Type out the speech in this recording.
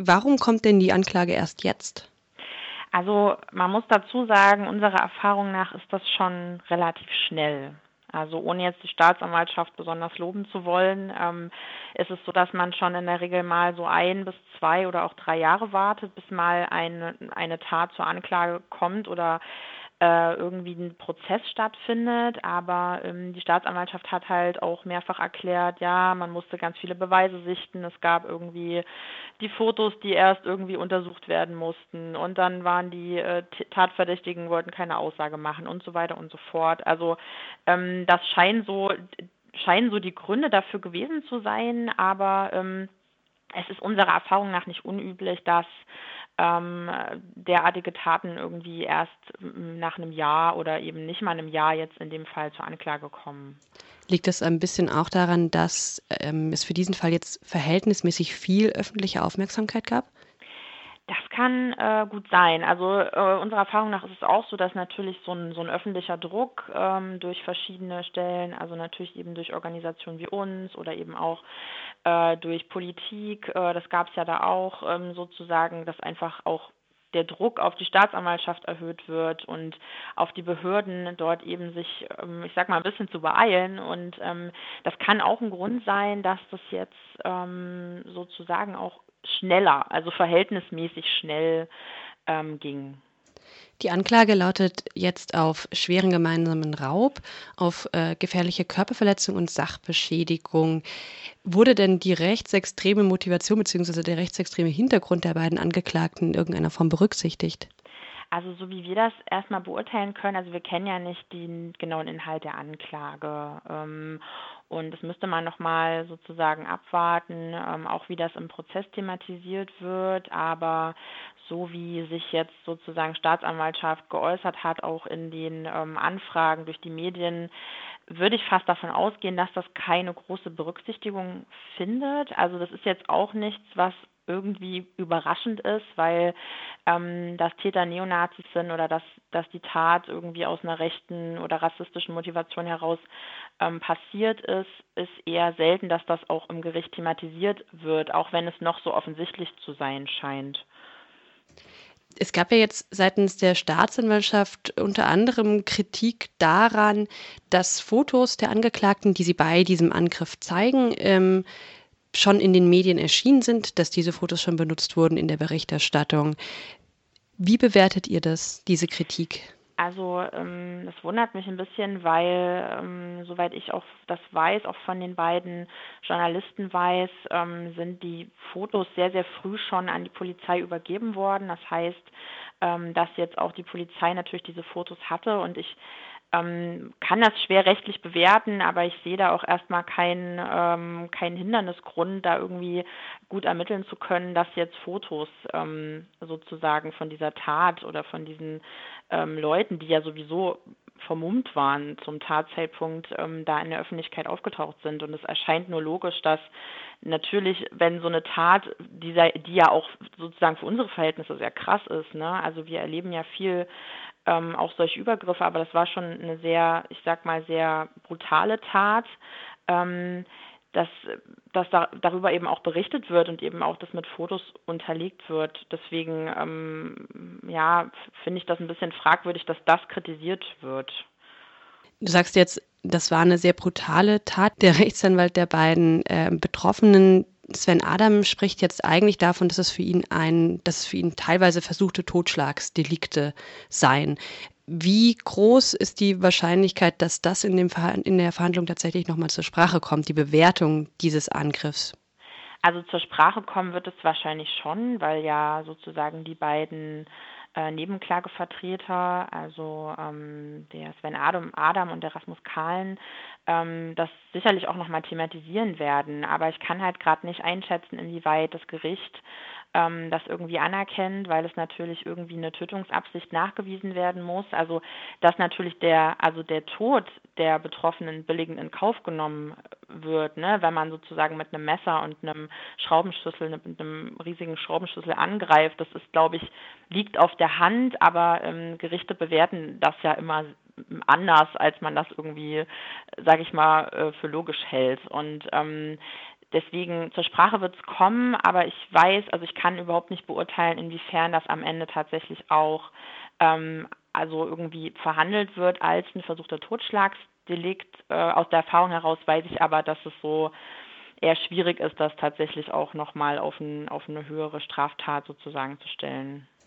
Warum kommt denn die Anklage erst jetzt? Also man muss dazu sagen, unserer Erfahrung nach ist das schon relativ schnell. Also ohne jetzt die Staatsanwaltschaft besonders loben zu wollen, ist es so, dass man schon in der Regel mal so 1 bis 2 oder auch 3 Jahre wartet, bis mal eine Tat zur Anklage kommt oder irgendwie ein Prozess stattfindet. Aber die Staatsanwaltschaft hat halt auch mehrfach erklärt, ja, man musste ganz viele Beweise sichten. Es gab irgendwie die Fotos, die erst irgendwie untersucht werden mussten, und dann waren die Tatverdächtigen wollten keine Aussage machen und so weiter und so fort. Also das scheinen so die Gründe dafür gewesen zu sein, aber es ist unserer Erfahrung nach nicht unüblich, dass ähm, derartige Taten irgendwie erst nach einem Jahr oder eben nicht mal einem Jahr jetzt in dem Fall zur Anklage kommen. Liegt das ein bisschen auch daran, dass es für diesen Fall jetzt verhältnismäßig viel öffentliche Aufmerksamkeit gab? Das kann gut sein. Also unserer Erfahrung nach ist es auch so, dass natürlich so ein öffentlicher Druck durch verschiedene Stellen, also natürlich eben durch Organisationen wie uns oder eben auch durch Politik, das gab es ja da auch sozusagen, dass einfach auch der Druck auf die Staatsanwaltschaft erhöht wird und auf die Behörden dort eben sich, ich sag mal, ein bisschen zu beeilen. Und das kann auch ein Grund sein, dass das jetzt sozusagen auch schneller, also verhältnismäßig schnell ging. Die Anklage lautet jetzt auf schweren gemeinsamen Raub, auf gefährliche Körperverletzung und Sachbeschädigung. Wurde denn die rechtsextreme Motivation bzw. der rechtsextreme Hintergrund der beiden Angeklagten in irgendeiner Form berücksichtigt? Also so wie wir das erstmal beurteilen können, also wir kennen ja nicht den genauen Inhalt der Anklage. Und das müsste man nochmal sozusagen abwarten, auch wie das im Prozess thematisiert wird. Aber so wie sich jetzt sozusagen Staatsanwaltschaft geäußert hat, auch in den Anfragen durch die Medien, würde ich fast davon ausgehen, dass das keine große Berücksichtigung findet. Also das ist jetzt auch nichts, was irgendwie überraschend ist, weil dass Täter Neonazis sind oder dass die Tat irgendwie aus einer rechten oder rassistischen Motivation heraus passiert ist eher selten, dass das auch im Gericht thematisiert wird, auch wenn es noch so offensichtlich zu sein scheint. Es gab ja jetzt seitens der Staatsanwaltschaft unter anderem Kritik daran, dass Fotos der Angeklagten, die sie bei diesem Angriff zeigen, schon in den Medien erschienen sind, dass diese Fotos schon benutzt wurden in der Berichterstattung. Wie bewertet ihr das, diese Kritik? Also das wundert mich ein bisschen, weil soweit ich auch das weiß, auch von den beiden Journalisten weiß, sind die Fotos sehr, sehr früh schon an die Polizei übergeben worden. Das heißt, dass jetzt auch die Polizei natürlich diese Fotos hatte, und ich kann das schwer rechtlich bewerten, aber ich sehe da auch erstmal keinen Hindernisgrund, da irgendwie gut ermitteln zu können, dass jetzt Fotos sozusagen von dieser Tat oder von diesen Leuten, die ja sowieso vermummt waren zum Tatzeitpunkt, da in der Öffentlichkeit aufgetaucht sind. Und es erscheint nur logisch, dass natürlich, wenn so eine Tat, die ja auch sozusagen für unsere Verhältnisse sehr krass ist, ne? Also wir erleben ja viel auch solche Übergriffe, aber das war schon eine sehr, ich sag mal, sehr brutale Tat, ähm, dass, dass darüber eben auch berichtet wird und eben auch das mit Fotos unterlegt wird. Deswegen, ja, finde ich das ein bisschen fragwürdig, dass das kritisiert wird. Du sagst jetzt, das war eine sehr brutale Tat. Der Rechtsanwalt der beiden Betroffenen, Sven Adam, spricht jetzt eigentlich davon, dass es für ihn teilweise versuchte Totschlagsdelikte seien. Wie groß ist die Wahrscheinlichkeit, dass das in der Verhandlung tatsächlich nochmal zur Sprache kommt, die Bewertung dieses Angriffs? Also zur Sprache kommen wird es wahrscheinlich schon, weil ja sozusagen die beiden Nebenklagevertreter, also der Sven Adam und der Rasmus Kahlen, das sicherlich auch nochmal thematisieren werden. Aber ich kann halt gerade nicht einschätzen, inwieweit das Gericht das irgendwie anerkennt, weil es natürlich irgendwie eine Tötungsabsicht nachgewiesen werden muss. Also dass natürlich der Tod der Betroffenen billigend in Kauf genommen wird, ne, wenn man sozusagen mit einem Messer und einem Schraubenschlüssel, mit einem riesigen Schraubenschlüssel angreift, das ist, glaube ich, liegt auf der Hand, aber Gerichte bewerten das ja immer anders, als man das irgendwie, sage ich mal, für logisch hält. Und Deswegen zur Sprache wird es kommen, aber ich weiß, also ich kann überhaupt nicht beurteilen, inwiefern das am Ende tatsächlich auch also irgendwie verhandelt wird als ein versuchter Totschlagsdelikt. Aus der Erfahrung heraus weiß ich aber, dass es so eher schwierig ist, das tatsächlich auch nochmal auf eine höhere Straftat sozusagen zu stellen.